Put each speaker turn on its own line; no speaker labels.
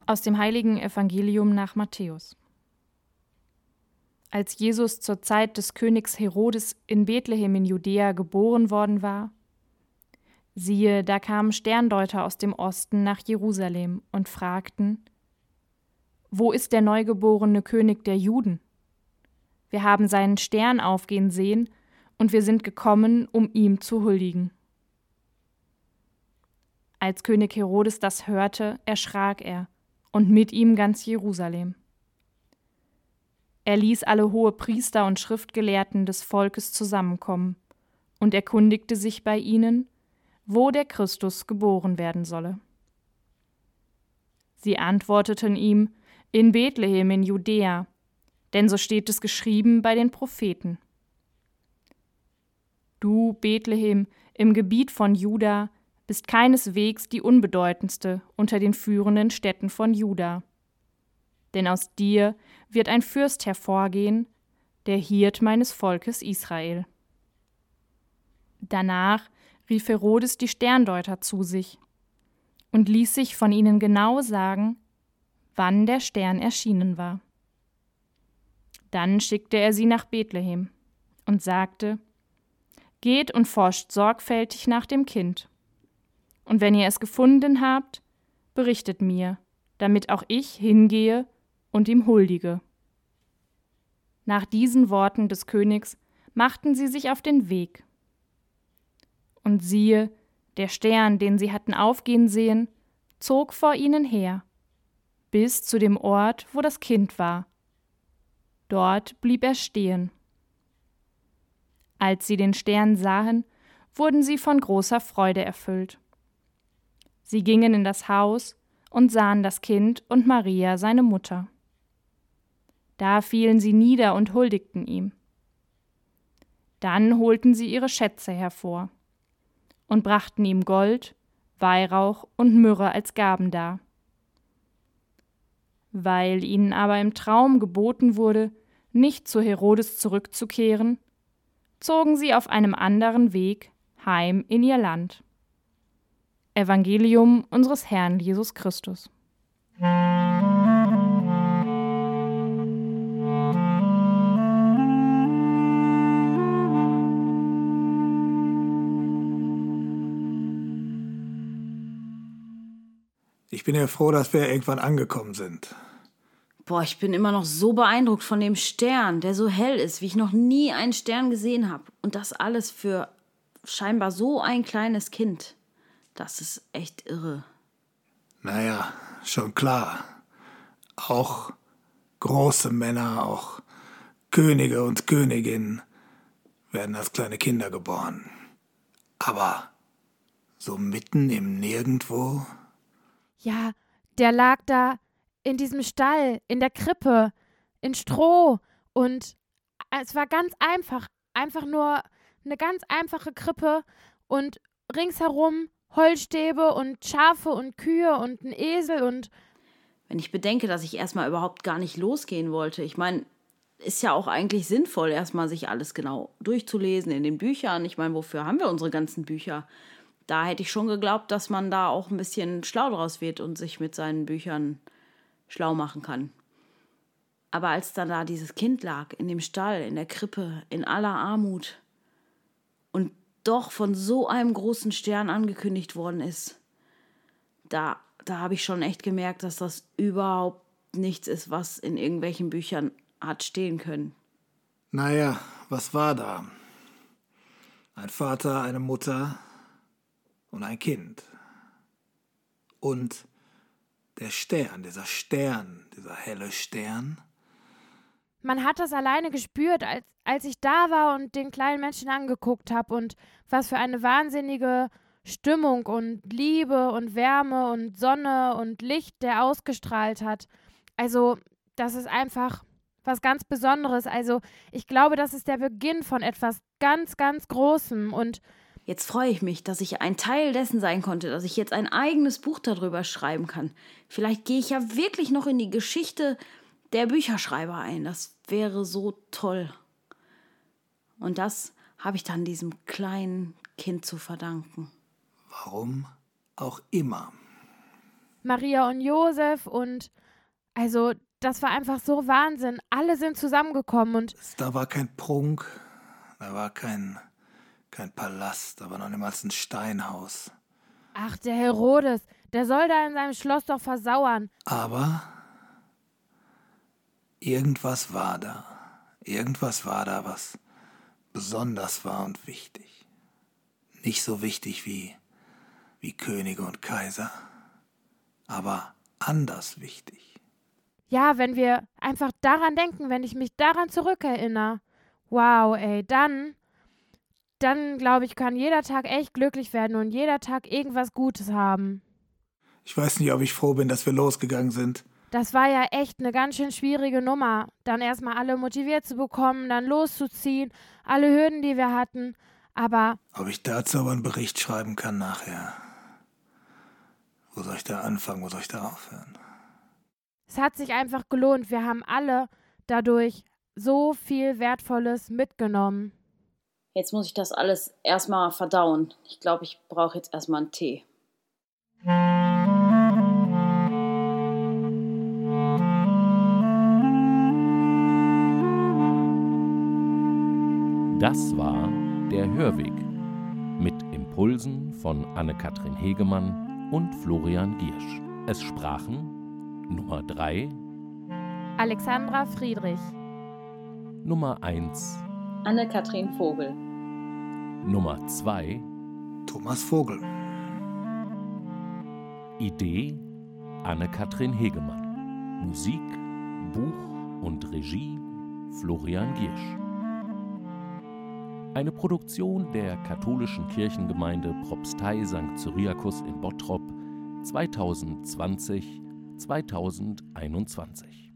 Aus dem heiligen Evangelium nach Matthäus. Als Jesus zur Zeit des Königs Herodes in Bethlehem in Judäa geboren worden war, siehe, da kamen Sterndeuter aus dem Osten nach Jerusalem und fragten: Wo ist der neugeborene König der Juden? Wir haben seinen Stern aufgehen sehen, und wir sind gekommen, um ihm zu huldigen. Als König Herodes das hörte, erschrak er, und mit ihm ganz Jerusalem. Er ließ alle Hohepriester und Schriftgelehrten des Volkes zusammenkommen und erkundigte sich bei ihnen, wo der Christus geboren werden solle. Sie antworteten ihm: In Bethlehem in Judäa, denn so steht es geschrieben bei den Propheten. Du, Bethlehem, im Gebiet von Juda, bist keineswegs die unbedeutendste unter den führenden Städten von Juda. Denn aus dir wird ein Fürst hervorgehen, der Hirt meines Volkes Israel. Danach rief Herodes die Sterndeuter zu sich und ließ sich von ihnen genau sagen, wann der Stern erschienen war. Dann schickte er sie nach Bethlehem und sagte: Geht und forscht sorgfältig nach dem Kind. Und wenn ihr es gefunden habt, berichtet mir, damit auch ich hingehe und ihm huldige. Nach diesen Worten des Königs machten sie sich auf den Weg. Und siehe, der Stern, den sie hatten aufgehen sehen, zog vor ihnen her, bis zu dem Ort, wo das Kind war. Dort blieb er stehen. Als sie den Stern sahen, wurden sie von großer Freude erfüllt. Sie gingen in das Haus und sahen das Kind und Maria, seine Mutter. Da fielen sie nieder und huldigten ihm. Dann holten sie ihre Schätze hervor und brachten ihm Gold, Weihrauch und Myrrhe als Gaben dar. Weil ihnen aber im Traum geboten wurde, nicht zu Herodes zurückzukehren, zogen sie auf einem anderen Weg heim in ihr Land. Evangelium unseres Herrn Jesus Christus.
Ich bin ja froh, dass wir irgendwann angekommen sind.
Boah, ich bin immer noch so beeindruckt von dem Stern, der so hell ist, wie ich noch nie einen Stern gesehen habe. Und das alles für scheinbar so ein kleines Kind. Das ist echt irre.
Naja, schon klar. Auch große Männer, auch Könige und Königinnen werden als kleine Kinder geboren. Aber so mitten im Nirgendwo?
Ja, der lag da in diesem Stall, in der Krippe, in Stroh. Und es war ganz einfach nur eine ganz einfache Krippe und ringsherum Holzstäbe und Schafe und Kühe und ein Esel und...
Wenn ich bedenke, dass ich erstmal überhaupt gar nicht losgehen wollte. Ich meine, ist ja auch eigentlich sinnvoll, erstmal sich alles genau durchzulesen in den Büchern. Ich meine, wofür haben wir unsere ganzen Bücher? Da hätte ich schon geglaubt, dass man da auch ein bisschen schlau draus wird und sich mit seinen Büchern schlau machen kann. Aber als dann da dieses Kind lag, in dem Stall, in der Krippe, in aller Armut und doch von so einem großen Stern angekündigt worden ist, da habe ich schon echt gemerkt, dass das überhaupt nichts ist, was in irgendwelchen Büchern hat stehen können.
Naja, was war da? Ein Vater, eine Mutter und ein Kind. Und der Stern, dieser helle Stern.
Man hat das alleine gespürt, als ich da war und den kleinen Menschen angeguckt habe und was für eine wahnsinnige Stimmung und Liebe und Wärme und Sonne und Licht der ausgestrahlt hat. Also, das ist einfach was ganz Besonderes. Also, ich glaube, das ist der Beginn von etwas ganz, ganz Großem. Und
jetzt freue ich mich, dass ich ein Teil dessen sein konnte, dass ich jetzt ein eigenes Buch darüber schreiben kann. Vielleicht gehe ich ja wirklich noch in die Geschichte der Bücherschreiber ein. Das wäre so toll. Und das habe ich dann diesem kleinen Kind zu verdanken.
Warum auch immer.
Maria und Josef und also das war einfach so Wahnsinn. Alle sind zusammengekommen und
Da war kein Prunk, da war kein Palast, da war noch niemals ein Steinhaus.
ach, der Herodes, der soll da in seinem Schloss doch versauern.
Aber irgendwas war da. Irgendwas war da, was besonders war und wichtig. Nicht so wichtig wie Könige und Kaiser, aber anders wichtig.
Ja, wenn wir einfach daran denken, wenn ich mich daran zurückerinnere. Wow, ey, dann glaube ich, kann jeder Tag echt glücklich werden und jeder Tag irgendwas Gutes haben.
Ich weiß nicht, ob ich froh bin, dass wir losgegangen sind.
Das war ja echt eine ganz schön schwierige Nummer. Dann erstmal alle motiviert zu bekommen, dann loszuziehen, alle Hürden, die wir hatten. Aber
Ob ich dazu aber einen Bericht schreiben kann nachher. Wo soll ich da anfangen, wo soll ich da aufhören?
es hat sich einfach gelohnt. Wir haben alle dadurch so viel Wertvolles mitgenommen.
Jetzt muss ich das alles erstmal verdauen. Ich glaube, ich brauche jetzt erstmal einen Tee.
Das war der Hörweg mit Impulsen von Anne-Kathrin Hegemann und Florian Giersch. Es sprachen Nummer 3,
Alexandra Friedrich.
Nummer 1,
Anne-Kathrin Vogel.
Nummer 2,
Thomas Vogel.
Idee Anne-Kathrin Hegemann. Musik, Buch und Regie Florian Giersch. Eine Produktion der katholischen Kirchengemeinde Propstei St. Cyriakus in Bottrop 2020-2021.